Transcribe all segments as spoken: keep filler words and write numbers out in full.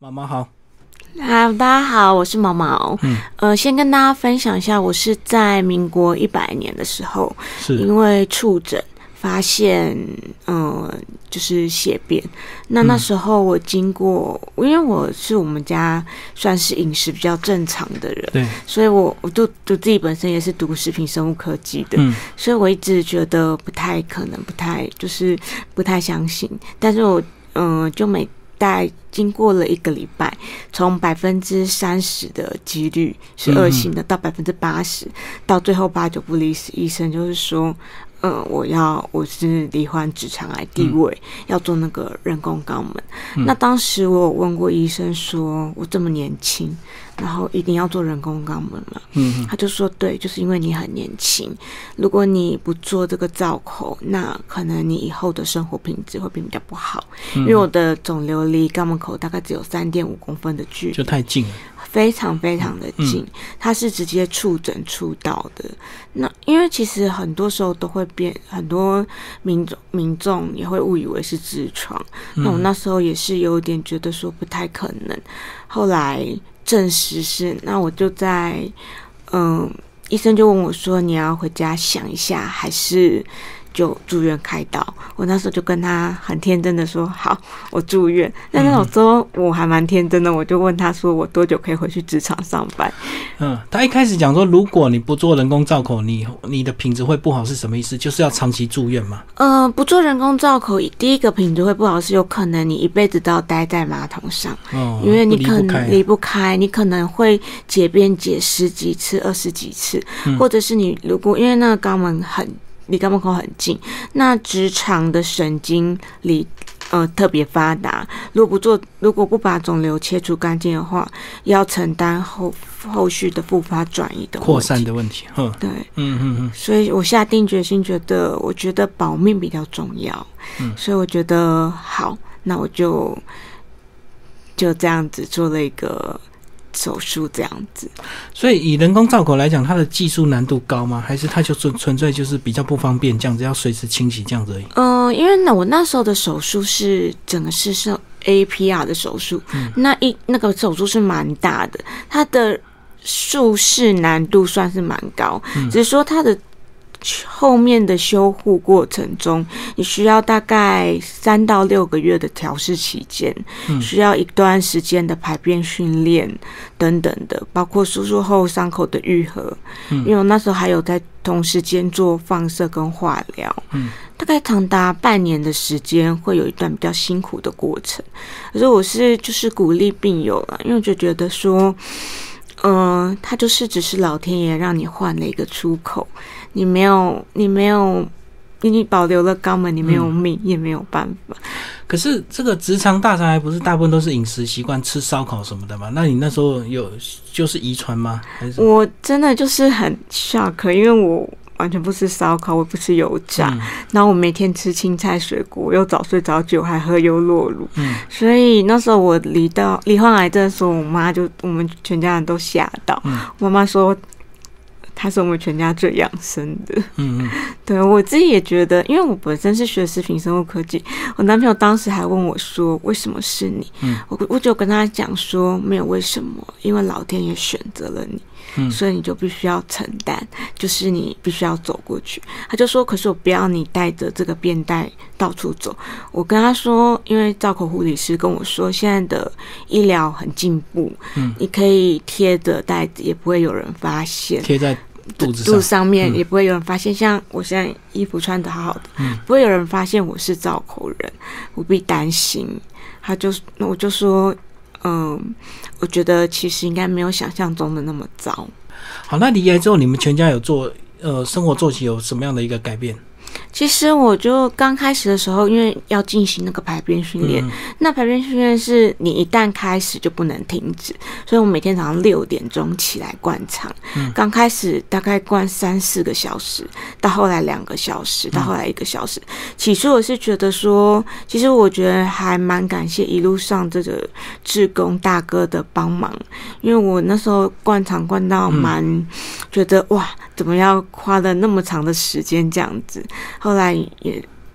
毛毛好。 好，大家好，我是毛毛。嗯，呃，先跟大家分享一下，我是在民国一百年的时候，是因为触诊发现，嗯、呃，就是血便。那那时候我经过，嗯、因为我是我们家算是饮食比较正常的人，对，所以我我就就自己本身也是读食品生物科技的，嗯，所以我一直觉得不太可能，不太就是不太相信。但是我嗯、呃，就每大概经过了一个礼拜，从百分之三十的几率是恶性的，到百分之八十，到最后八九不离十，医生就是说，嗯，我要我是罹患直肠癌第位，嗯、要做那个人工肛门。嗯、那当时我有问过医生说，我这么年轻，然后一定要做人工肛门嘛？嗯，他就说对，就是因为你很年轻，如果你不做这个造口，那可能你以后的生活品质会变比较不好。嗯、因为我的肿瘤离肛门口大概只有三点五公分的距离， 就太近了。 非常非常的近，嗯、它是直接触诊触到的。那因为其实很多时候都会变，很多民众民众也会误以为是痔疮。嗯、那我那时候也是有点觉得说不太可能，后来证实是，那我就在嗯，医生就问我说，你要回家想一下，还是就住院开刀？我那时候就跟他很天真的说好，我住院。但那时候我还蛮天真的，我就问他说我多久可以回去职场上班。 嗯，他一开始讲说如果你不做人工造口，你你的品质会不好是什么意思？就是要长期住院吗？ 呃，不做人工造口，第一个品质会不好是有可能你一辈子都要待在马桶上，哦、因为你可能离不开，你可能会解便解十几次、二十几次，嗯、或者是你如果因为那个肛门很离肛门口很近，那直肠的神经离呃特别发达，如果不做，如果不把肿瘤切除干净的话，要承担后后续的复发转移的扩散的问题。 对，嗯嗯嗯，所以我下定决心，觉得我觉得保命比较重要，嗯，所以我觉得好，那我就就这样子做了一个手术这样子。 所以以人工造口来讲，它的技术难度高吗？还是它就纯纯粹就是比较不方便，这样子要随时清洗这样子而已？ 嗯、呃，因为呢，我那时候的手术是整个是是 A P R 的手术，嗯、那一那个手术是蛮大的，它的术式难度算是蛮高，嗯、只是说它的后面的修护过程中，你需要大概三到六个月的调试期间，嗯、需要一段时间的排便训练等等的，包括手术后伤口的愈合。嗯、因为我那时候还有在同时间做放射跟化疗，嗯、大概长达半年的时间，会有一段比较辛苦的过程。可是我是就是鼓励病友了，因为我就觉得说，嗯、呃，它就是只是老天爷让你换了一个出口。你没有，你没有，你保留了肛门，你没有命，嗯、也没有办法。 可是这个直肠大肠癌不是大部分都是饮食习惯吃烧烤什么的吗？那你那时候有就是遗传吗？还是我真的就是很 shock， 因为我完全不吃烧烤，我不吃油炸，嗯、然后我每天吃青菜水果，我又早睡早起，还喝优酪乳，嗯、所以那时候我罹到罹患癌症的时候，我妈就我们全家人都吓到，嗯、我妈说他是我们全家最养生的。嗯嗯，对，我自己也觉得，因为我本身是学食品生物科技，我男朋友当时还问我说为什么是你？嗯，我我就跟他讲说没有为什么，因为老天爷选择了你。嗯，所以你就必须要承担，就是你必须要走过去。他就说可是我不要你带着这个便袋到处走。我跟他说，因为造口护理师跟我说现在的医疗很进步，嗯，你可以贴着袋子也不会有人发现， 贴在肚子上肚子上面也不会有人发现，嗯、像我现在衣服穿得好好的，嗯、不会有人发现我是造口人，不必担心。他就那我就说嗯，我觉得其实应该没有想象中的那么糟。 好，那离癌之后你们全家有做呃生活作息有什么样的一个改变？ 其实我就刚开始的时候，因为要进行那个排便训练，嗯、那排便训练是你一旦开始就不能停止，所以我每天早上六点钟起来灌肠，嗯、刚开始大概灌三四个小时，到后来两个小时，到后来一个小时。嗯、起初我是觉得说，其实我觉得还蛮感谢一路上这个志工大哥的帮忙，因为我那时候灌肠灌到蛮、嗯、觉得哇，怎么要花了那么长的时间这样子。后来也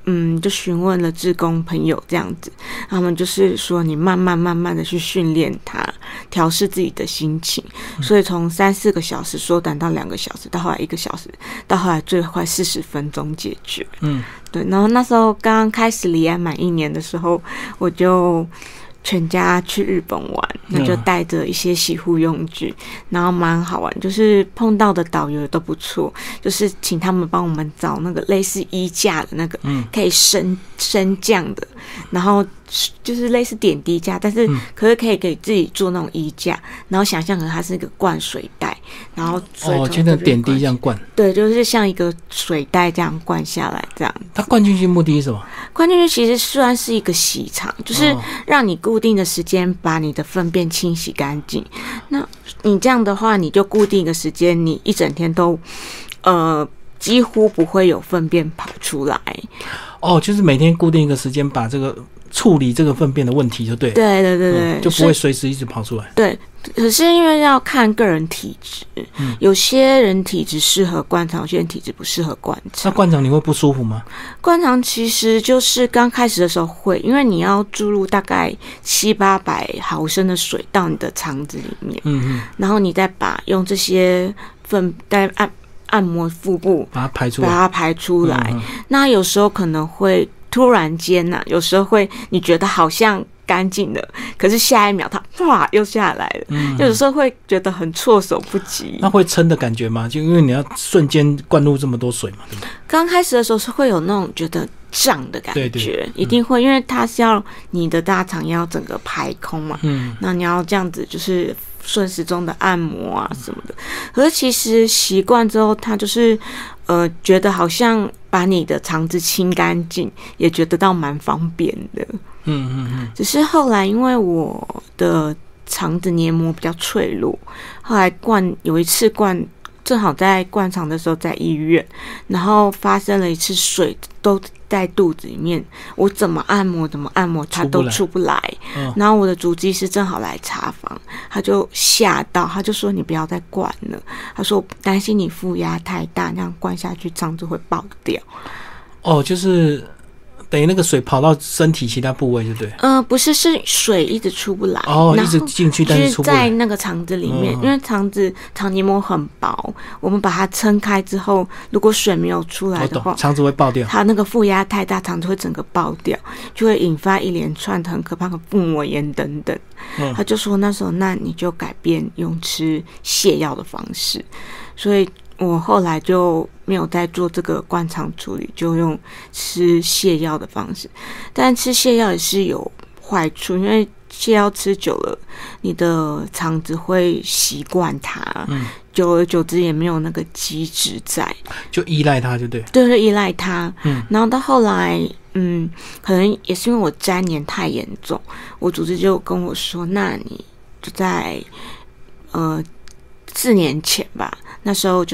嗯，就询问了志工朋友这样子，他们就是说你慢慢慢慢的去训练它，调试自己的心情，所以从三四个小时缩短到两个小时，到后来一个小时，到后来最快四十分钟解决。嗯，对。然后那时候刚刚开始离岸满一年的时候，我就全家去日本玩，那就带着一些洗护用具，然后蛮好玩，就是碰到的导游都不错，就是请他们帮我们找那个类似衣架的那个，可以升升降的，然后就是类似点滴架，但是可是可以给自己做那种衣架，然后想象成它是一个灌水袋，然后哦，就那点滴这样灌， 对，就是像一个水袋这样灌下来这样。 它灌进去目的是什么？ 灌进去其实算是一个洗肠，就是让你固定的时间把你的粪便清洗干净。那你这样的话，你就固定一个时间，你一整天都呃几乎不会有粪便跑出来。 哦，就是每天固定一个时间把这个处理这个粪便的问题就对了。 对对对对、 嗯，就不会随时一直跑出来。 对，可是因为要看个人体质、嗯，有些人体质适合灌肠，有些人体质不适合灌肠。 那灌肠你会不舒服吗？ 灌肠其实就是刚开始的时候会，因为你要注入大概七八百毫升的水到你的肠子里面，嗯嗯，然后你再把用这些粪再按按摩腹部， 把它排出来， 把它排出来。嗯嗯，那有时候可能会突然间呐、啊，有时候会你觉得好像干净的，可是下一秒它哇又下来了，嗯，有时候会觉得很措手不及。 那会撑的感觉吗？就因为你要瞬间灌入这么多水嘛，对不对？ 刚开始的时候是会有那种觉得胀的感觉，对对，嗯，一定会，因为它是要你的大肠要整个排空嘛，嗯，那你要这样子就是顺时钟的按摩啊什么的。可是其实习惯之后，它就是呃觉得好像把你的肠子清干净，也觉得到蛮方便的。嗯嗯嗯。只是后来因为我的肠子黏膜比较脆弱，后来灌有一次灌。正好在灌肠的时候在医院，然后发生了一次水都在肚子里面，我怎么按摩怎么按摩它都出不来，嗯，然后我的主治医师正好来查房，他就吓到，他就说你不要再灌了，他说我担心你负压太大，那样灌下去肠子会爆掉。哦，就是等于那个水跑到身体其他部位，就对。 呃，不是，是水一直出不来， 哦，一直进去，但是出不来， 就是在那个肠子里面，嗯，因为肠子肠黏膜很薄，我们把它撑开之后，如果水没有出来的话， 肠子会爆掉。 它那个负压太大，肠子会整个爆掉，就会引发一连串的很可怕的腹膜炎等等。嗯，他就说那时候，那你就改变用吃泻药的方式，所以。我后来就没有再做这个灌肠处理，就用吃泻药的方式。但吃泻药也是有坏处，因为泻药吃久了，你的肠子会习惯它，嗯，久而久之也没有那个机制在， 就依赖它，就对， 对，就依赖它。嗯，然后到后来，嗯，可能也是因为我粘连太严重，我主治就跟我说，那你就在呃四年前吧。那时候就是，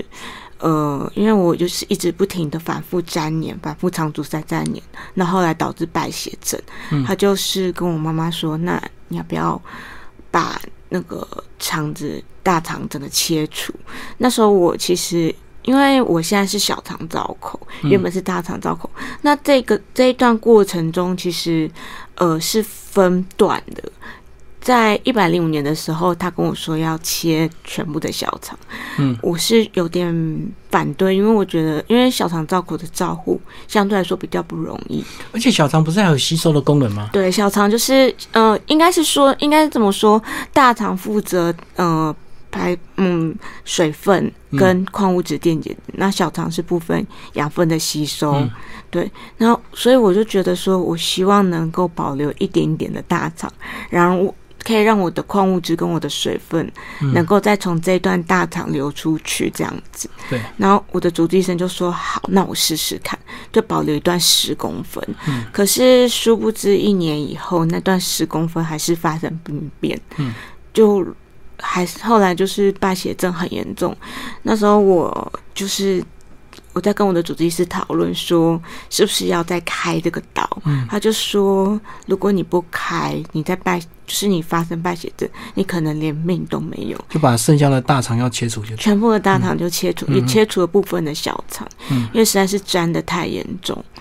呃，因为我就是一直不停的反复粘连，反复肠阻塞粘连，那后来导致败血症。嗯，他就是跟我妈妈说，那你要不要把那个肠子大肠整个切除？那时候我其实因为我现在是小肠造口，原本是大肠造口，嗯，那这个这一段过程中，其实呃是分段的。在一百零五年的时候，他跟我说要切全部的小肠，嗯，我是有点反对，因为我觉得，因为小肠造口的照护相对来说比较不容易， 而且小肠不是还有吸收的功能吗？ 对，小肠就是呃，应该是说，应该是这么说，大肠负责呃排嗯水分跟矿物质电解质，嗯，那小肠是部分养分的吸收，嗯，对，然后所以我就觉得说，我希望能够保留一点点的大肠，然后我。可以让我的矿物质跟我的水分能够再从这段大肠流出去，这样子。对。然后我的主治医生就说：“好，那我试试看，就保留一段十公分。嗯”可是殊不知一年以后，那段十公分还是发生病变。嗯。就还是后来就是败血症很严重，那时候我就是。我在跟我的主治医师讨论说，是不是要再开这个刀？嗯，他就说，如果你不开，你在败，就是你发生败血症，你可能连命都没有。 就把剩下的大肠要切除就， 全部的大肠就切除，嗯，也切除了部分的小肠，嗯，因为实在是粘得太严重。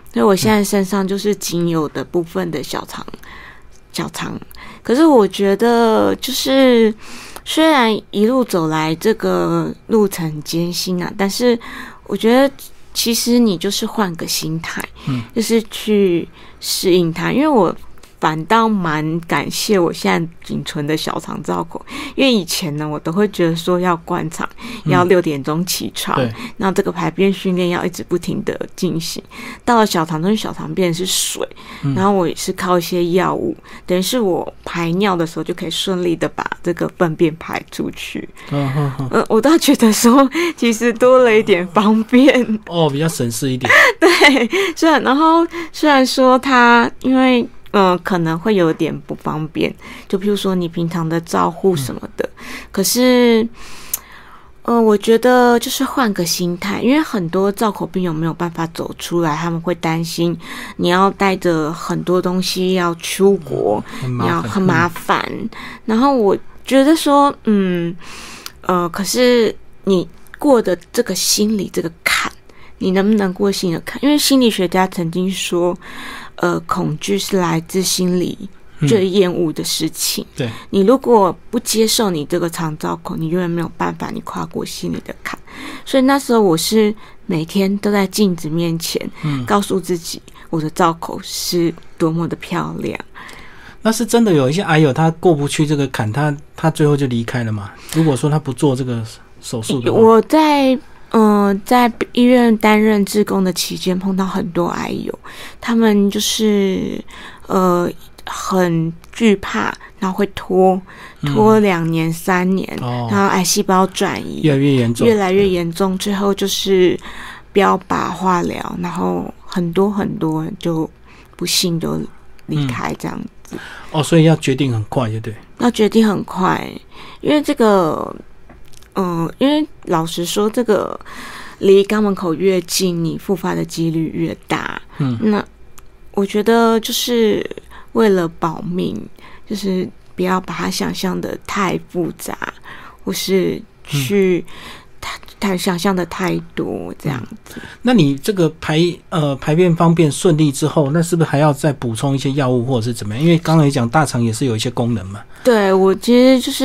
所以我现在身上就是仅有的部分的小肠小肠。可是我觉得就是虽然一路走来这个路程艰辛啊，但是我觉得其实你就是换个心态，嗯，就是去适应它。因为我反倒蛮感谢我现在仅存的小肠造口，因为以前呢，我都会觉得说要灌肠，嗯、要六点钟起床，然后这个排便训练要一直不停的进行。到了小肠中，小肠变成是水，嗯、然后我也是靠一些药物，等于是我排尿的时候就可以顺利的把这个粪便排出去。嗯嗯嗯，呃，我倒觉得说，其实多了一点方便哦，比较省事一点。 对，虽然然后虽然说它因为。嗯、呃，可能会有点不方便，就譬如说你平常的照护什么的。嗯、可是，呃，我觉得就是换个心态，因为很多造口病友没有办法走出来，他们会担心你要带着很多东西要出国， 嗯、 你要很麻烦。嗯、然后我觉得说，嗯，呃，可是你过的这个心理这个坎，你能不能过心理的坎？因为心理学家曾经说。呃，恐惧是来自心里最厌恶的事情。嗯、对，你如果不接受你这个肠造口，你永远没有办法，你跨过心里的坎。所以那时候我是每天都在镜子面前，嗯、告诉自己我的造口是多么的漂亮。 那是真的有一些癌友他过不去这个坎，他他最后就离开了嘛？如果说他不做这个手术的话， 我在。嗯、呃，在医院担任志工的期间，碰到很多癌友，他们就是呃很惧怕，然后会拖拖两年、三年，嗯、然后癌细胞转移越来越严重， 越来越严重，最后就是标靶化疗，然后很多很多人就不幸就离开这样子。嗯、 哦，所以要决定很快，就对， 要决定很快，因为这个。嗯，因为老实说，这个离肛门口越近，你复发的几率越大。嗯，那我觉得就是为了保命，就是不要把它想象的太复杂，或是去太太想象的太多这样子。嗯、 那你这个排呃排便方便顺利之后，那是不是还要再补充一些药物或者是怎么样？因为刚才讲大肠也是有一些功能嘛。 对，我其实就是。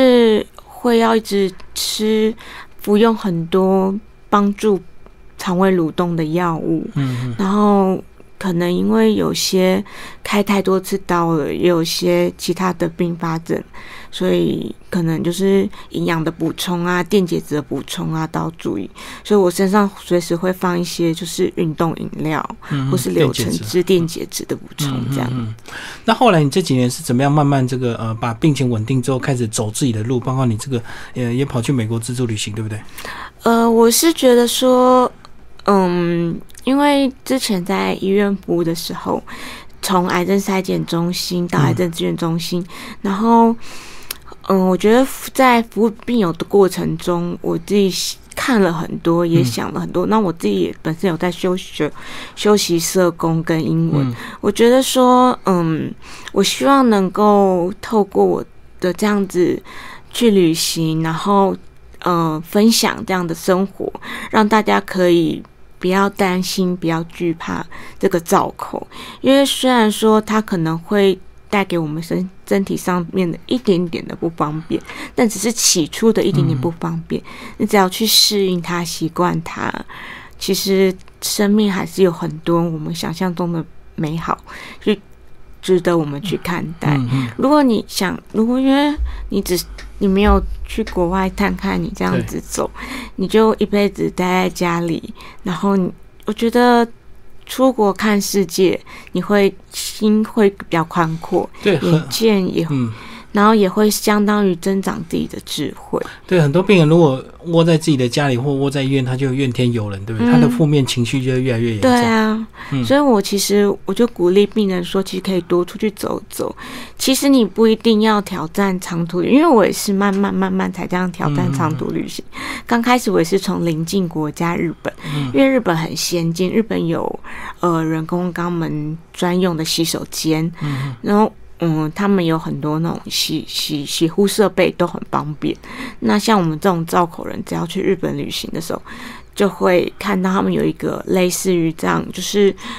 会要一直吃服用很多帮助肠胃蠕动的药物，嗯，然后可能因为有些开太多次刀了，也有些其他的并发症，所以可能就是营养的补充啊、电解质的补充啊都要注意。所以我身上随时会放一些就是运动饮料，嗯、或是柳橙汁、电解质的补充这样。嗯嗯嗯、 那后来你这几年是怎么样慢慢这个呃把病情稳定之后，开始走自己的路，包括你这个呃也跑去美国自助旅行，对不对？ 呃，我是觉得说。嗯，因为之前在医院服务的时候，从癌症筛检中心到癌症支援中心，嗯、然后，嗯，我觉得在服务病友的过程中，我自己看了很多，也想了很多。嗯、那我自己也本身有在修学修习社工跟英文，嗯、我觉得说，嗯，我希望能够透过我的这样子去旅行，然后，呃，分享这样的生活，让大家可以。不要担心，不要惧怕这个造口，因为虽然说它可能会带给我们身身体上面的一点点的不方便，但只是起初的一点点不方便，嗯、你只要去适应它、习惯它，其实生命还是有很多我们想象中的美好，去值得我们去看待。嗯嗯、如果你想，如果因为你只你没有去国外探看，你这样子走，你就一辈子待在家里，然后你我觉得出国看世界，你会心会比较宽阔，对，眼界也，嗯，然后也会相当于增长自己的智慧。 对，很多病人如果窝在自己的家里或窝在医院，他就怨天尤人，对不对？嗯、他的负面情绪就会越来越严重。 对啊，嗯、所以我其实我就鼓励病人说，其实可以多出去走走。其实你不一定要挑战长途旅行，因为我也是慢慢慢慢才这样挑战长途旅行。刚、嗯、开始我也是从邻近国家日本，嗯、因为日本很先进，日本有呃人工肛门专用的洗手间，嗯、然后。嗯，他们有很多那种洗洗洗护设备都很方便。那像我们这种造口人，只要去日本旅行的时候，就会看到他们有一个类似于这样，就是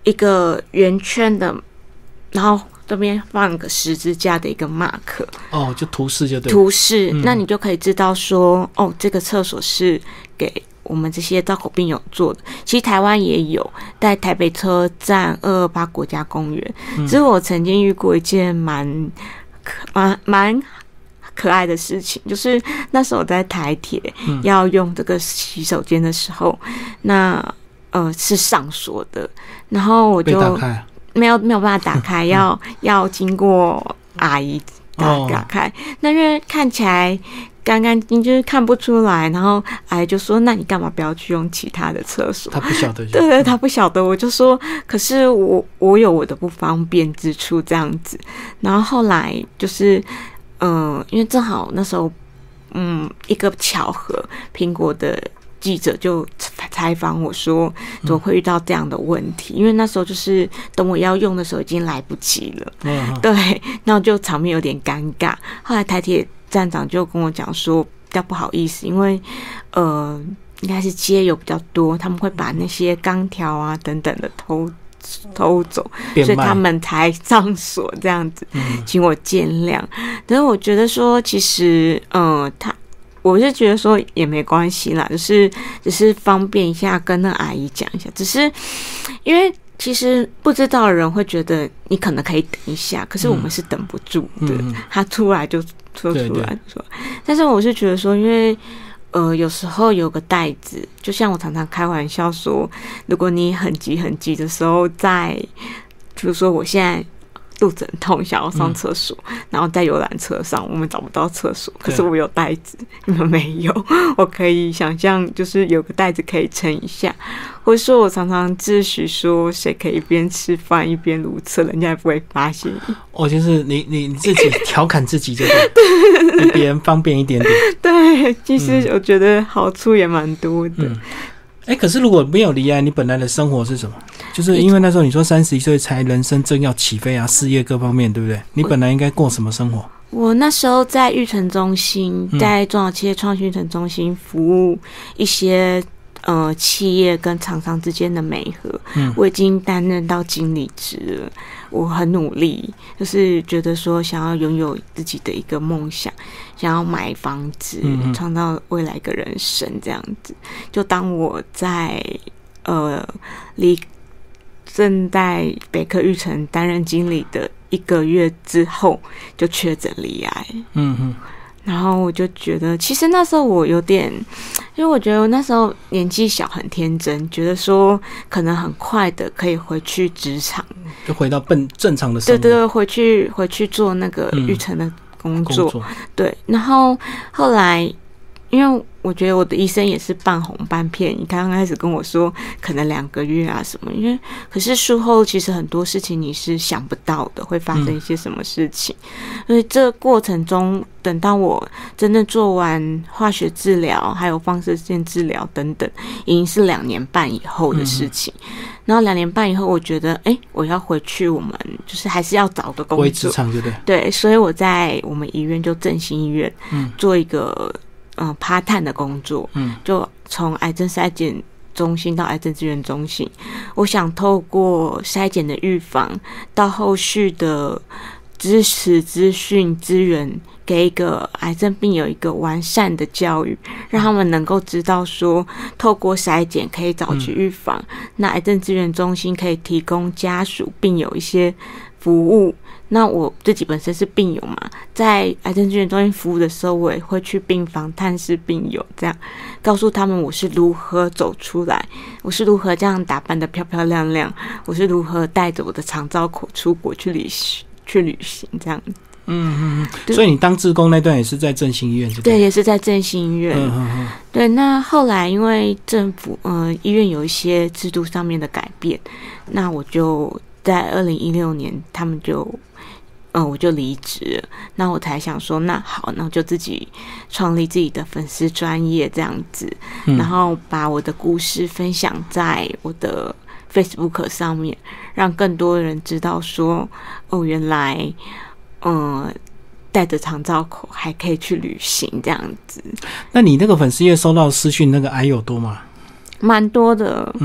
一个圆圈的，然后这边放个十字架的一个 mark 哦，就图示就对， 图示、 嗯， 那你就可以知道说，哦，这个厕所是给我们这些造口病友做的。其实台湾也有，在台北车站二二八国家公园。嗯，只是我曾经遇过一件蛮蛮蛮可爱的事情，就是那时候我在台铁要用这个洗手间的时候，嗯，那呃是上锁的，然后我就被打开没有没有办法打开，要要经过阿姨打打开。哦，那因为看起来干干净净，就是看不出来。然后阿姨就说：“那你干嘛不要去用其他的厕所？” 他不晓得， 对对，他不晓得。我就说：“可是我我有我的不方便之处，这样子。”然后后来就是，嗯、呃，因为正好那时候，嗯，一个巧合，苹果的记者就采访我说怎么会遇到这样的问题，嗯，因为那时候就是等我要用的时候已经来不及了，嗯，对，那就场面有点尴尬。后来台铁站长就跟我讲说比较不好意思，因为呃应该是街友比较多，他们会把那些钢条啊等等的偷偷走，所以他们才上锁这样子，嗯，请我见谅。但是我觉得说其实呃他我是觉得说也没关系啦，就是只是方便一下跟那阿姨讲一下，只是因为其实不知道的人会觉得你可能可以等一下，可是我们是等不住的，嗯，他出来就说出来说，但是我是觉得说，因为呃有时候有个袋子，就像我常常开玩笑说，如果你很急很急的时候，在比如说我现在肚子很痛，想要上厕所，嗯，然后在游览车上我们找不到厕所，可是我有袋子，你们没有，我可以想象就是有个袋子可以撑一下，或者说我常常自诩说谁可以一边吃饭一边如厕，人家也不会发现。 哦，就是你你自己调侃自己就对，比别人方便一点点。 对，其实我觉得好处也蛮多的。嗯哎、欸，可是如果没有离癌，你本来的生活是什么？就是因为那时候你说三十一岁才人生正要起飞啊，事业各方面，对不对？你本来应该过什么生活？ 我那时候在育成中心，在中小企业创新育成中心服务一些呃企业跟厂商之间的媒合，嗯，我已经担任到经理职了。我很努力，就是觉得说想要拥有自己的一个梦想，想要买房子，创造未来一个人生这样子。就当我在呃离正在北科育成担任经理的一个月之后，就确诊罹癌。嗯哼。然后我就觉得，其实那时候我有点，因为我觉得我那时候年纪小，很天真，觉得说可能很快的可以回去职场， 就回到正正常的生活。 对对，回去回去做那个育成的工作。嗯、工作对，然后后来，因为我觉得我的医生也是半哄半骗，你刚开始跟我说可能两个月啊什么，因为可是术后其实很多事情你是想不到的，会发生一些什么事情，嗯、所以这个过程中，等到我真正做完化学治疗，还有放射线治疗等等，已经是两年半以后的事情。嗯、然后两年半以后，我觉得，哎，我要回去，我们就是还是要找个工作， 回职场对不对？ 对，所以我在我们医院就振兴医院，嗯，做一个。嗯 ，part time 的工作，嗯，就从癌症筛检中心到癌症资源中心，我想透过筛检的预防，到后续的支持、资讯、资源，给一个癌症病友一个完善的教育，让他们能够知道说，透过筛检可以早期预防。嗯、那癌症资源中心可以提供家属、病友一些服务。那我自己本身是病友嘛，在癌症资源中心服务的时候，我也会去病房探视病友，这样告诉他们我是如何走出来，我是如何这样打扮得漂漂亮亮，我是如何带着我的长照口出国去旅行，去旅行这样。 嗯嗯嗯。所以你当志工那段也是在振兴医院，是不是？ 对，也是在振兴医院。 嗯嗯嗯。 对，那后来因为政府呃医院有一些制度上面的改变，那我就在二零一六年他们就。嗯，我就离职了，那我才想说，那好，那我就自己创立自己的粉丝专页这样子，嗯、然后把我的故事分享在我的 Facebook 上面，让更多人知道说，哦，原来，嗯，带着长照口还可以去旅行这样子。 那你那个粉丝页收到私讯那个癌友多吗？ 蛮多的，嗯。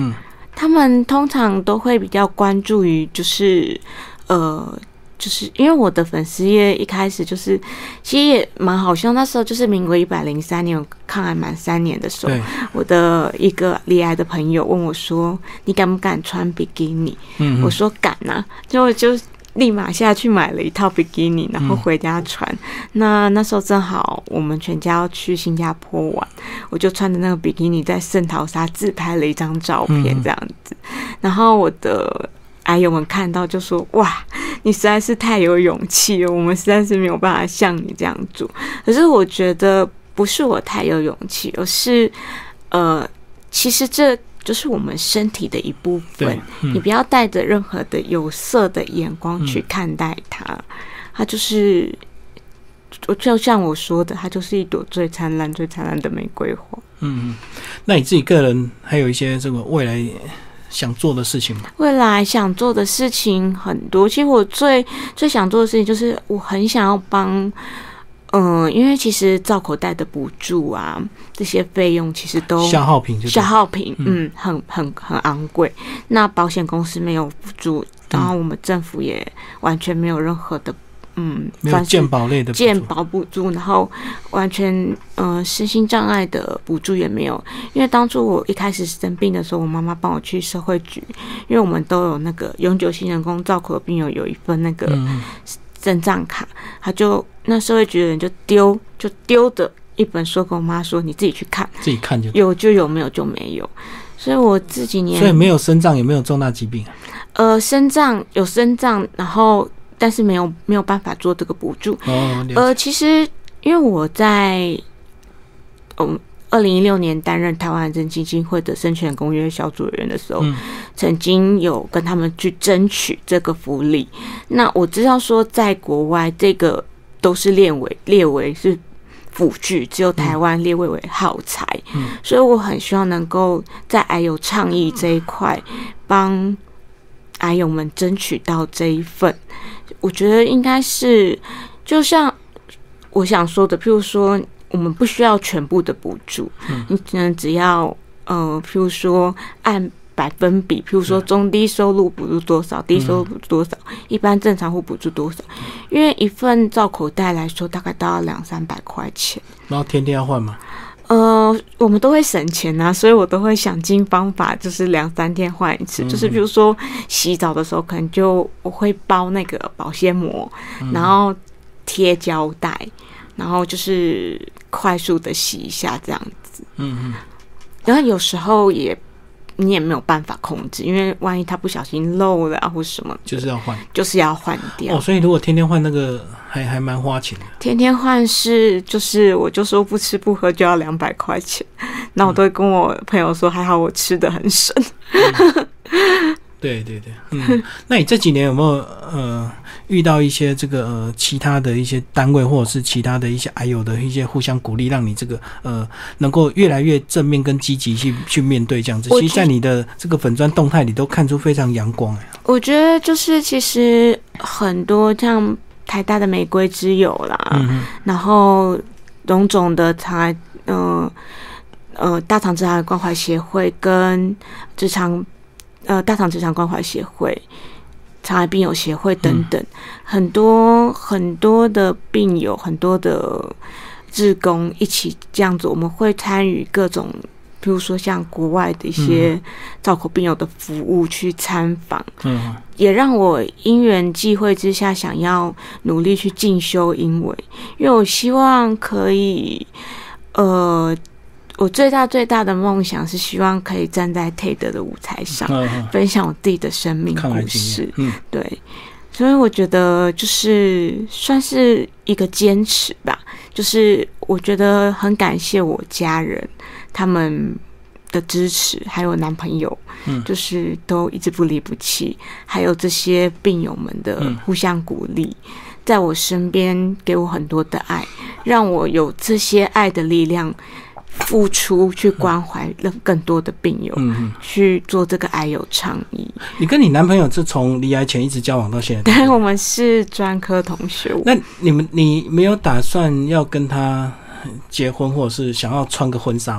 他们通常都会比较关注于就是呃。就是因为我的粉丝页一开始就是，其实也蛮好笑。那时候就是民国一百零三年，我抗癌满三年的时候，我的一个罹癌的朋友问我说：“你敢不敢穿比基尼？”嗯，我说敢啊，就就立马下去买了一套比基尼，然后回家穿。嗯、那那时候正好我们全家要去新加坡玩，我就穿着那个比基尼在圣淘沙自拍了一张照片，这样子。嗯、然后我的癌友们看到就说：“哇，你实在是太有勇气了，我们实在是没有办法像你这样做。”可是我觉得不是我太有勇气，而是呃，其实这就是我们身体的一部分。嗯、你不要带着任何的有色的眼光去看待它，嗯、它就是就像我说的，它就是一朵最灿烂、最灿烂的玫瑰花。 嗯，那你自己个人还有一些这个未来想做的事情吗？ 未来想做的事情很多，其实我最最想做的事情就是我很想要帮，嗯、呃，因为其实造口袋的补助啊，这些费用其实都消耗品， 消耗品，嗯，嗯很很很昂贵。那保险公司没有补助，然后我们政府也完全没有任何的。嗯， 没有健保类的健保补助，然后完全呃身心障碍的补助也没有。因为当初我一开始生病的时候，我妈妈帮我去社会局，因为我们都有那个永久性人工造口的病友有一份那个身障卡，他就那社会局的人就丢就丢的一本书跟我妈说，你自己去看， 自己看就有就有，没有就没有。所以我这几年， 所以没有身障也没有重大疾病啊。 呃，身障有身障，然后。但是没有没有办法做这个补助。 哦， 呃，其实因为我在嗯二零一六年担任台湾癌症基金会的生权公约小组委员的时候，嗯、曾经有跟他们去争取这个福利。那我知道说，在国外这个都是列为列为是辅具，只有台湾列为为耗材。嗯，所以我很希望能够在癌友倡议这一块帮癌友们争取到这一份。我觉得应该是，就像我想说的，譬如说，我们不需要全部的补助，嗯、你可能只要呃，譬如说按百分比，譬如说中低收入补助多少，低收入补助多少，嗯、一般正常户补助多少，因为一份造口袋来说，大概都要两三百块钱。 然后天天要换吗？ 呃，我们都会省钱啊，所以我都会想尽方法，就是两三天换一次。嗯、就是比如说洗澡的时候，可能就我会包那个保鲜膜，嗯、然后贴胶带，然后就是快速的洗一下这样子。嗯嗯。然后有时候也你也没有办法控制，因为万一它不小心漏了啊或什么， 就是要换， 就是要换掉。 哦，所以如果天天换那个。还还蛮花钱的， 天天换是就是我就说不吃不喝就要两百块钱，那我都会跟我朋友说，还好我吃得很省。 嗯、对对对，嗯，那你这几年有没有呃遇到一些这个呃其他的一些单位或者是其他的一些癌友的一些互相鼓励，让你这个呃能够越来越正面跟积极去去面对这样子？其实，在你的这个粉专动态里都看出非常阳光哎。 我觉得就是其实很多像。台大的玫瑰之友啦，嗯、然后荣总的肠癌，呃呃大肠直肠关怀协会跟直肠呃大肠直肠关怀协会、肠癌病友协会等等，嗯、很多很多的病友，很多的志工一起这样子，我们会参与各种。比如说像国外的一些造口病友的服务去参访，嗯，也让我因缘际会之下想要努力去进修英文，因为我希望可以，呃，我最大最大的梦想是希望可以站在 T E D 的舞台上，嗯、分享我自己的生命故事，嗯，对，所以我觉得就是算是一个坚持吧，就是我觉得很感谢我家人。他们的支持，还有男朋友，嗯，就是都一直不离不弃，还有这些病友们的互相鼓励，嗯、在我身边给我很多的爱，让我有这些爱的力量，付出去关怀更多的病友，嗯、去做这个癌友倡议。 你跟你男朋友是从罹癌前一直交往到现在？ 对，我们是专科同学。 那你们，你没有打算要跟他结婚，或者是想要穿个婚纱吗？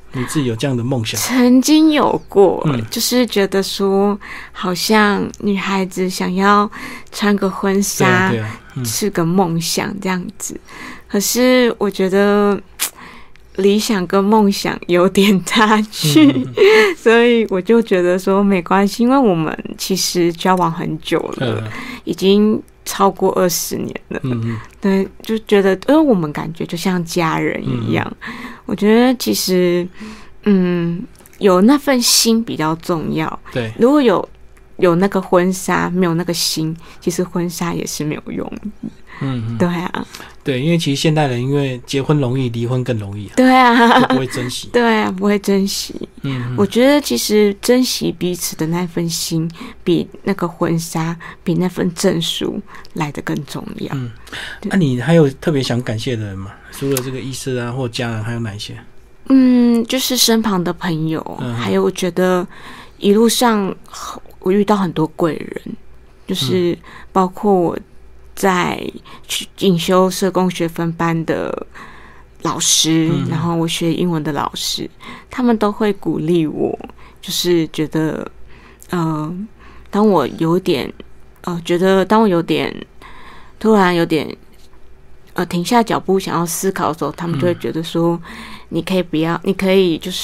你自己有这样的梦想？ 曾经有过， 嗯、 就是觉得说，好像女孩子想要穿个婚纱， 对啊对啊嗯、 是个梦想这样子。可是我觉得理想跟梦想有点差距，嗯嗯嗯所以我就觉得说没关系，因为我们其实交往很久了，嗯、已经超过二十年了。嗯嗯对，就觉得，因为我们感觉就像家人一样。嗯、我觉得其实，嗯，有那份心比较重要。 对， 如果有有那个婚纱，没有那个心，其实婚纱也是没有用的。嗯，嗯对啊， 对，因为其实现代人因为结婚容易，离婚更容易、啊， 对啊， 就不会珍惜， 对啊，不会珍惜。嗯, 嗯，我觉得其实珍惜彼此的那份心，比那个婚纱，比那份证书来得更重要。嗯， 那、啊、你还有特别想感谢的人吗？除了这个医师啊，或家人，还有哪一些？ 嗯，就是身旁的朋友，嗯、还有我觉得一路上我遇到很多贵人，就是包括我。在去进修社工学分班的老师，嗯、然后我学英文的老师，他们都会鼓励我，就是觉得，呃，当我有点，呃，觉得当我有点突然有点，呃，停下脚步想要思考的时候，他们就会觉得说，嗯、你可以不要，你可以就是，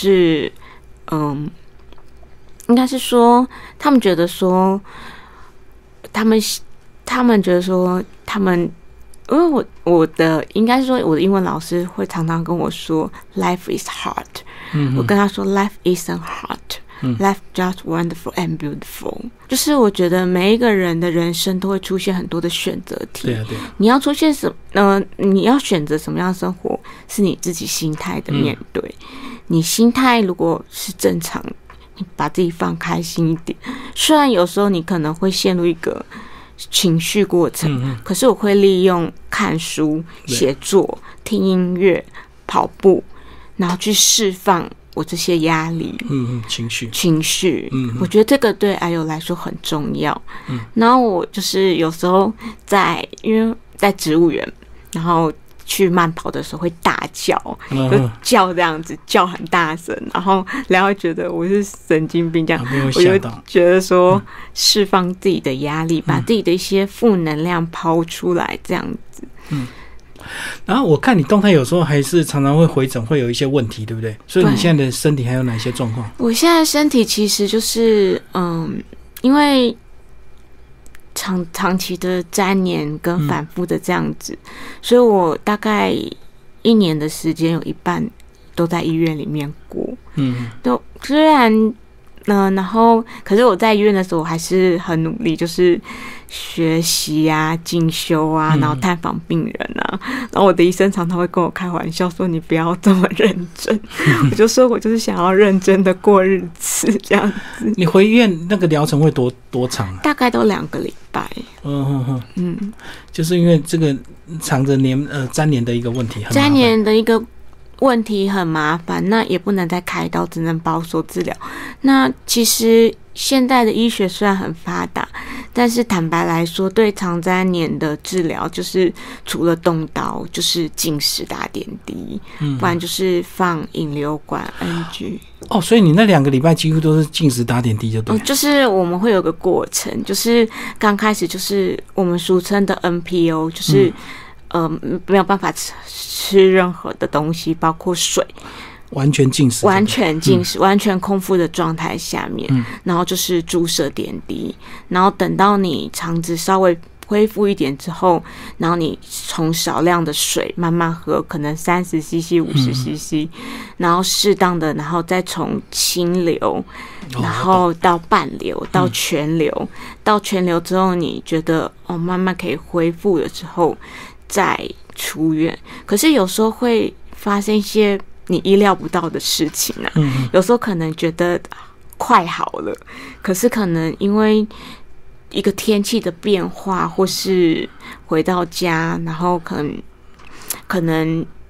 嗯、呃，应该是说，他们觉得说，他们。他们觉得说，他们因为我我的应该是说，我的英文老师会常常跟我说 ，Life is hard。嗯，我跟他说 ，Life isn't hard，嗯、Life just wonderful and beautiful。就是我觉得每一个人的人生都会出现很多的选择题。 对啊，对啊。 你要出现什呃，你要选择什么样的生活，是你自己心态的面对。嗯、你心态如果是正常，你把自己放开心一点。虽然有时候你可能会陷入一个。情绪过程，嗯、可是我会利用看书、写作、听音乐、跑步，然后去释放我这些压力， 嗯，情绪， 情绪，嗯，我觉得这个对阿友来说很重要。嗯，然后我就是有时候在，因为在植物园，然后去慢跑的时候会大叫，嗯、就叫这样子，叫很大声，然后然后觉得我是神经病这样，我就觉得说释放自己的压力，嗯、把自己的一些负能量抛出来，这样子。嗯。 然后我看你动态有时候还是常常会回诊，会有一些问题，对不对？所以你现在的身体还有哪些状况？ 我现在身体其实就是嗯，因为。长长期的粘连跟反复的这样子，嗯、所以我大概一年的时间有一半都在医院里面过。嗯，都虽然嗯、呃，然后可是我在医院的时候，我还是很努力，就是学习啊、进修啊，然后探访病人啊。嗯、然后我的医生常常会跟我开玩笑说：“你不要这么认真。嗯”我就说我就是想要认真的过日子这样子。 你回医院那个疗程会多多长啊？ 大概都两个礼拜。 嗯哼哼，嗯，就是因为这个藏着黏呃粘连的一个问题， 粘连的一个问题很麻烦，那也不能再开刀，只能保守治疗。那其实现在的医学虽然很发达，但是坦白来说，对肠粘连的治疗，就是除了动刀，就是进食打点滴，嗯、不然就是放引流管 N G。 哦，所以你那两个礼拜几乎都是进食打点滴就对了。 嗯，就是我们会有个过程，就是刚开始就是我们俗称的 N P O， 就是、嗯、呃没有办法吃吃任何的东西，包括水。 完全进食， 完全进食，嗯、完全空腹的状态下面，嗯、然后就是注射点滴，然后等到你肠子稍微恢复一点之后，然后你从少量的水慢慢喝，可能三十 C C、五十 C C，然后适当的，然后再从清流，哦、然后到半流，嗯、到全流，到全流之后，你觉得哦慢慢可以恢复了之后，再出院。可是有时候会发生一些你意料不到的事情啊，嗯、有时候可能觉得快好了，可是可能因为一个天气的变化，或是回到家，然后可能可能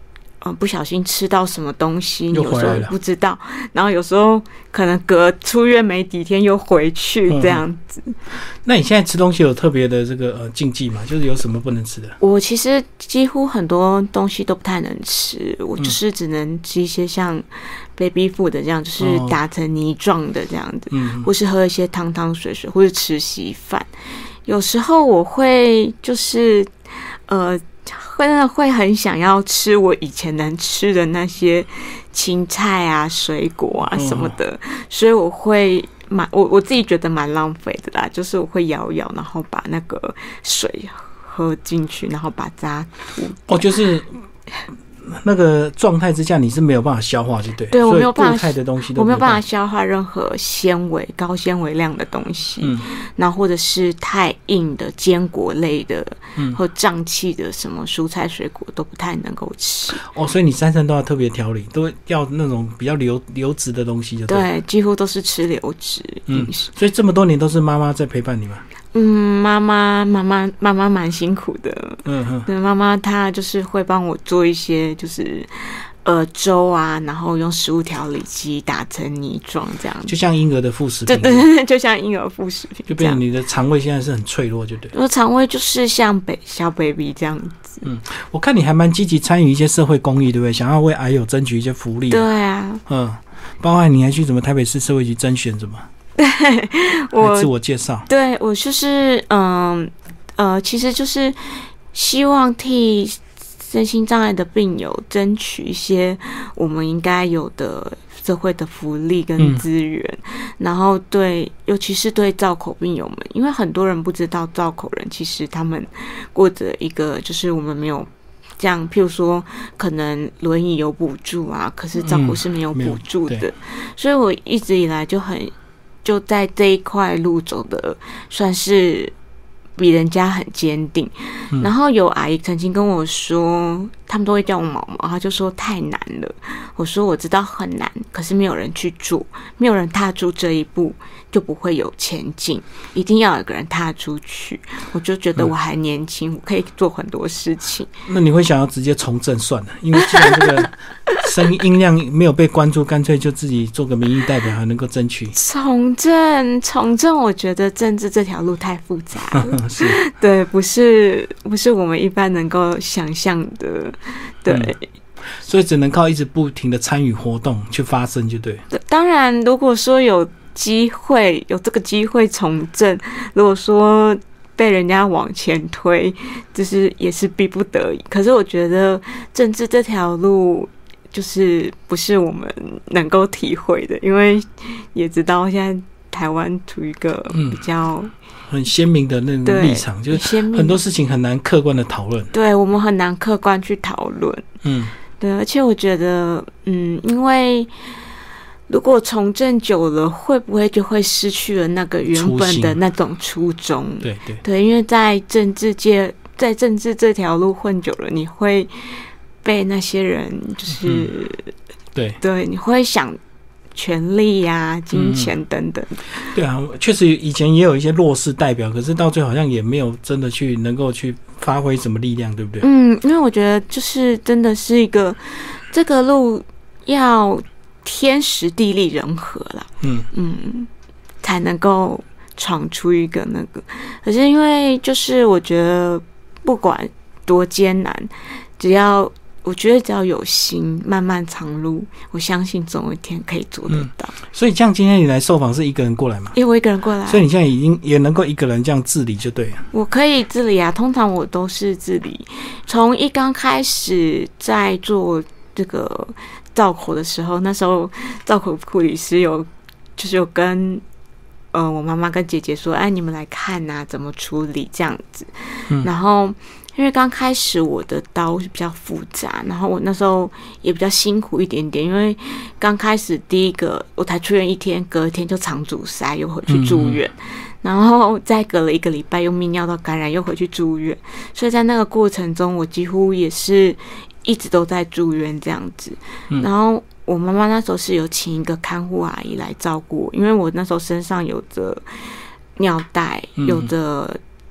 呃，不小心吃到什么东西， 有时候不知道，然后有时候可能隔出院没几天又回去这样子。嗯、 那你现在吃东西有特别的这个呃禁忌吗？就是有什么不能吃的？ 我其实几乎很多东西都不太能吃，我就是只能吃一些像 baby food 的这样，就是打成泥状的这样子，嗯、或是喝一些汤汤水水，或是吃稀饭。有时候我会就是呃。会真的会很想要吃我以前能吃的那些青菜啊、水果啊什么的，嗯、所以我会蛮我我自己觉得蛮浪费的啦，就是我会摇摇，然后把那个水喝进去，然后把渣吐掉。 哦，就是那个状态之下，你是没有办法消化，就对。 对，我没有办法， 固态的东西都我没有办法消化任何纤维、高纤维量的东西，嗯，然后或者是太硬的坚果类的，嗯，或胀气的什么蔬菜水果都不太能够吃。 哦，所以你三餐都要特别调理，都要那种比较流流质的东西就对， 对，几乎都是吃流质饮食。 嗯，所以这么多年都是妈妈在陪伴你吗？ 嗯，妈妈妈妈妈妈蛮辛苦的，嗯哼，对，妈妈她就是会帮我做一些就是呃粥啊，然后用食物调理机打成泥状这样子， 就像婴儿的副食品， 对对对，就像婴儿副食品， 就变成你的肠胃现在是很脆弱，就对。 我肠胃就是像北小 baby 这样子。 嗯，我看你还蛮积极参与一些社会公益，对不对？想要为癌友争取一些福利。 对啊， 嗯，包括你还去什么台北市社会局甄选什么？ 对，我自我介绍。 对，我就是嗯呃，其实就是希望替身心障碍的病友争取一些我们应该有的社会的福利跟资源，嗯、然后对，尤其是对造口病友们，因为很多人不知道造口人其实他们过着一个就是我们没有。这样，譬如说，可能轮椅有补助啊，可是照顾是没有补助的，嗯、所以我一直以来就很就在这一块路走的算是比人家很坚定。嗯、然后有阿姨曾经跟我说，他们都会叫我毛毛，他就说太难了。我说我知道很难，可是没有人去做，没有人踏出这一步，就不会有前进。一定要有个人踏出去。我就觉得我还年轻，嗯、我可以做很多事情。 那你会想要直接从政算了，因为既然这个声音量没有被关注，干脆就自己做个民意代表，还能够争取从政。从政，我觉得政治这条路太复杂了， 是， 对，不是不是我们一般能够想象的，对。嗯， 所以只能靠一直不停的参与活动去发声，就对。 当然，如果说有机会，有这个机会从政，如果说被人家往前推，就是也是逼不得已。可是我觉得政治这条路，就是不是我们能够体会的，因为也知道现在台湾处于一个比较、 嗯、很鲜明的那种立场，就是很多事情很难客观的讨论。 对，我们很难客观去讨论。嗯。对，而且我觉得，嗯，因为如果从政久了，会不会就会失去了那个原本的那种初衷？ 对对对，因为在政治界，在政治这条路混久了，你会被那些人就是，嗯、 对对，你会想权力呀、啊、金钱等等。嗯、 对啊，确实以前也有一些弱势代表，可是到最后好像也没有真的去能够去发挥什么力量，对不对？ 嗯，因为我觉得就是真的是一个这个路要天时地利人和啦，嗯嗯，才能够闯出一个那个。可是因为就是我觉得不管多艰难，只要我觉得只要有心，漫漫长路，我相信总有一天可以做得到。 嗯、所以像今天你来受访是一个人过来吗？ 因为我一个人过来， 所以你现在已经也能够一个人这样自理就对了。 我可以自理啊，通常我都是自理。从一刚开始在做这个造口的时候，那时候造口护理师有就是有跟呃我妈妈跟姐姐说，哎，你们来看啊，怎么处理这样子。嗯、然后因为刚开始我的刀是比较复杂，然后我那时候也比较辛苦一点点，因为刚开始第一个我才出院一天，隔天就肠阻塞又回去住院，嗯、然后再隔了一个礼拜又泌尿道感染又回去住院，所以在那个过程中我几乎也是一直都在住院这样子。嗯、然后我妈妈那时候是有请一个看护阿姨来照顾我，因为我那时候身上有着尿袋，有着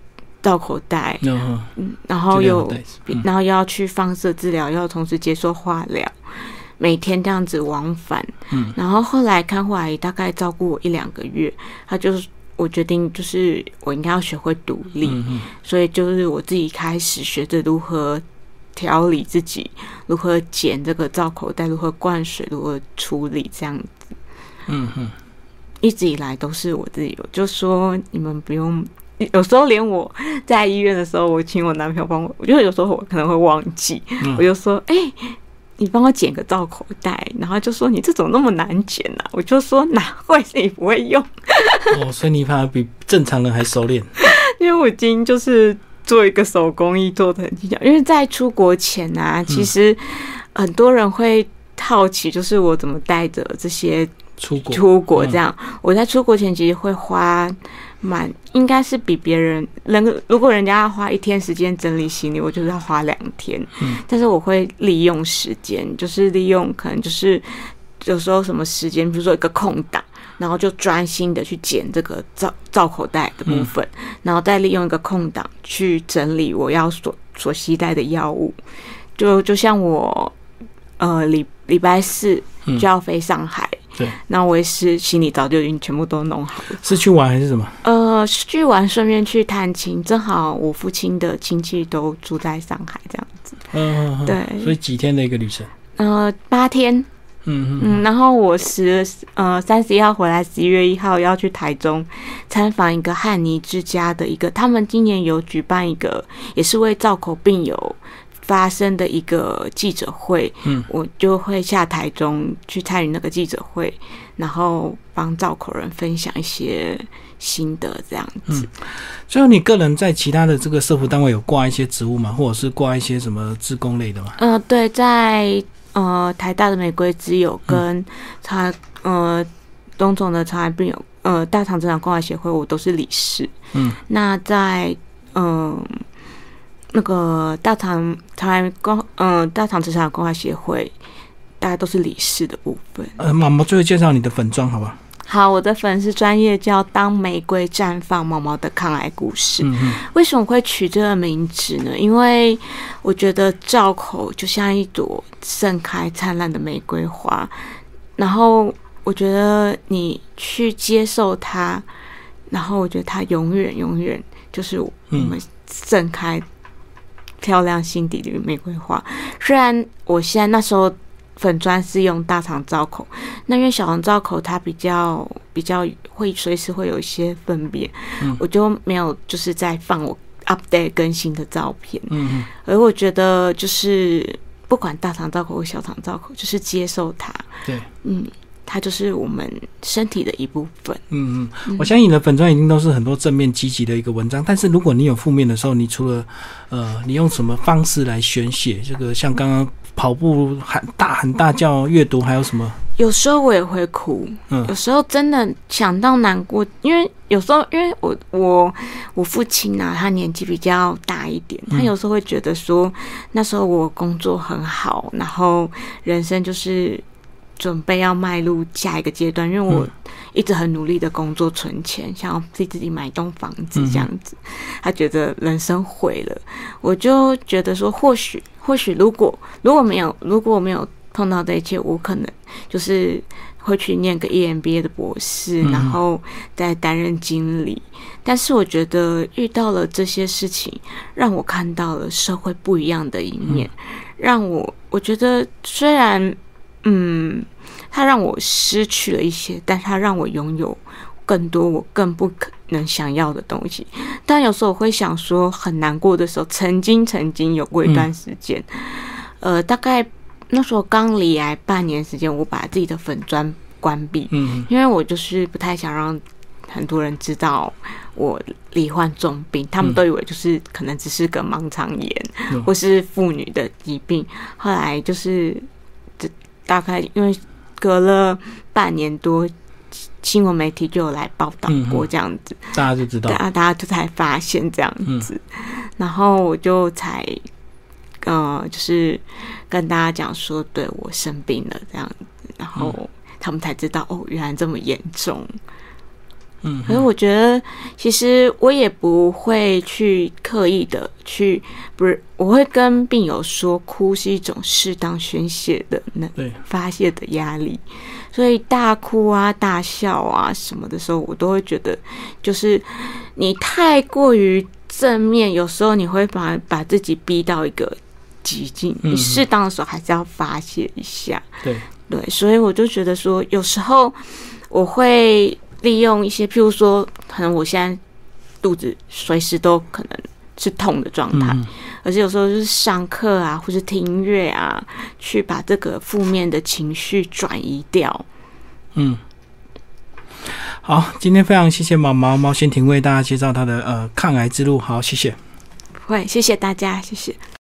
造口袋，嗯，然后又、嗯、然后又要去放射治疗，又要同时接受化疗，每天这样子往返。嗯，然后后来看护阿姨大概照顾我一两个月，她就是我决定就是我应该要学会独立，嗯、所以就是我自己开始学着如何调理自己，如何剪这个造口袋，如何灌水，如何处理这样子。嗯哼，一直以来都是我自己，我就说你们不用。有时候连我在医院的时候，我请我男朋友帮我，我觉得有时候我可能会忘记，嗯、我就说：“哎、欸，你帮我剪个造口袋。”然后就说：“你这种那么难剪啊？”我就说：“哪会是你不会用？” 哦，所以你反而比正常人还熟练。 因为我已经就是做一个手工艺做得很精巧，因为在出国前啊，其实很多人会好奇，就是我怎么带着这些出国出国这样。嗯、我在出国前其实会花。蛮应该是比别人人，如果人家要花一天时间整理行李，我就是要花两天。嗯，但是我会利用时间，就是利用可能就是有时候什么时间，比如说一个空档，然后就专心的去剪这个造造口袋的部分，嗯、然后再利用一个空档去整理我要所所携带的药物。就就像我呃礼礼拜四就要飞上海。嗯对， 那我也是行李早就已经全部都弄好了。 是去玩还是什么？ 呃，去玩顺便去探亲，正好我父亲的亲戚都住在上海，这样子。嗯嗯，对。 所以几天的一个旅程？ 呃，八天。嗯嗯，然后我十呃三十一号回来，十一月一号要去台中参访一个汉尼之家的一个，他们今年有举办一个，也是为造口病友发生的一个记者会，嗯，我就会下台中去参与那个记者会，然后帮造口人分享一些心得这样子。嗯， 所以你个人在其他的这个社福单位有挂一些职务吗？或者是挂一些什么志工类的吗？ 呃，对，在呃台大的玫瑰之友跟他、嗯、呃东总的肠癌病友呃大肠直肠关怀协会，我都是理事。嗯，那在嗯。呃那个大肠肠癌关嗯大肠直肠关怀协会，大家都是理事的部分。 呃，毛毛最后介绍你的粉专好吧？ 好，我的粉丝专页叫当玫瑰绽放，毛毛的抗癌故事。嗯、为什么会取这个名字呢？因为我觉得造口就像一朵盛开灿烂的玫瑰花，然后我觉得你去接受它，然后我觉得它永远永远就是我们盛开。漂亮心底的玫瑰花。虽然我现在那时候粉专是用大肠造口，那因为小肠造口它比较比较会随时会有一些粪便，嗯、我就没有就是在放我 update 更新的照片。嗯，而我觉得就是不管大肠造口或小肠造口，就是接受它。 对， 嗯。它就是我们身体的一部分。 嗯嗯，我相信你的粉专一定都是很多正面积极的一个文章，但是如果你有负面的时候，你除了呃，你用什么方式来宣泄？这个像刚刚跑步喊大喊大叫，阅读还有什么？ 有时候我也会哭，嗯，有时候真的想到难过，因为有时候因为我我我父亲啊，他年纪比较大一点，他有时候会觉得说，那时候我工作很好，然后人生就是准备要迈入下一个阶段，因为我一直很努力的工作存钱，想要替自己买一栋房子这样子。他觉得人生毁了，我就觉得说，或许或许如果如果没有如果我没有碰到这一切，我可能就是会去念个 E M B A 的博士，然后再担任经理。但是我觉得遇到了这些事情，让我看到了社会不一样的一面，让我我觉得虽然。嗯，它让我失去了一些，但它让我拥有更多我更不可能想要的东西。但有时候我会想说，很难过的时候，曾经曾经有过一段时间，嗯、呃，大概那时候刚离癌半年时间，我把自己的粉专关闭，嗯，因为我就是不太想让很多人知道我罹患重病，他们都以为就是可能只是个盲肠炎、嗯、或是妇女的疾病。后来就是大概因为隔了半年多，新闻媒体就有来报道过这样子， 嗯、大家就知道，大家大家就才发现这样子，嗯、然后我就才呃，就是跟大家讲说，对我生病了这样子，然后他们才知道哦，原来这么严重。 嗯，可是我觉得其实我也不会去刻意的去，不是，我会跟病友说，哭是一种适当宣泄的那发泄的压力，所以大哭啊、大笑啊什么的时候，我都会觉得，就是你太过于正面，有时候你会把把自己逼到一个极境，你适当的时候还是要发泄一下。 对对，所以我就觉得说，有时候我会利用一些，譬如说，可能我现在肚子随时都可能是痛的状态，嗯、而且有时候就是上课啊，或是听音乐啊，去把这个负面的情绪转移掉。嗯， 好，今天非常谢谢毛毛毛先婷为大家介绍她的呃抗癌之路，好，谢谢。 不会，谢谢大家，谢谢。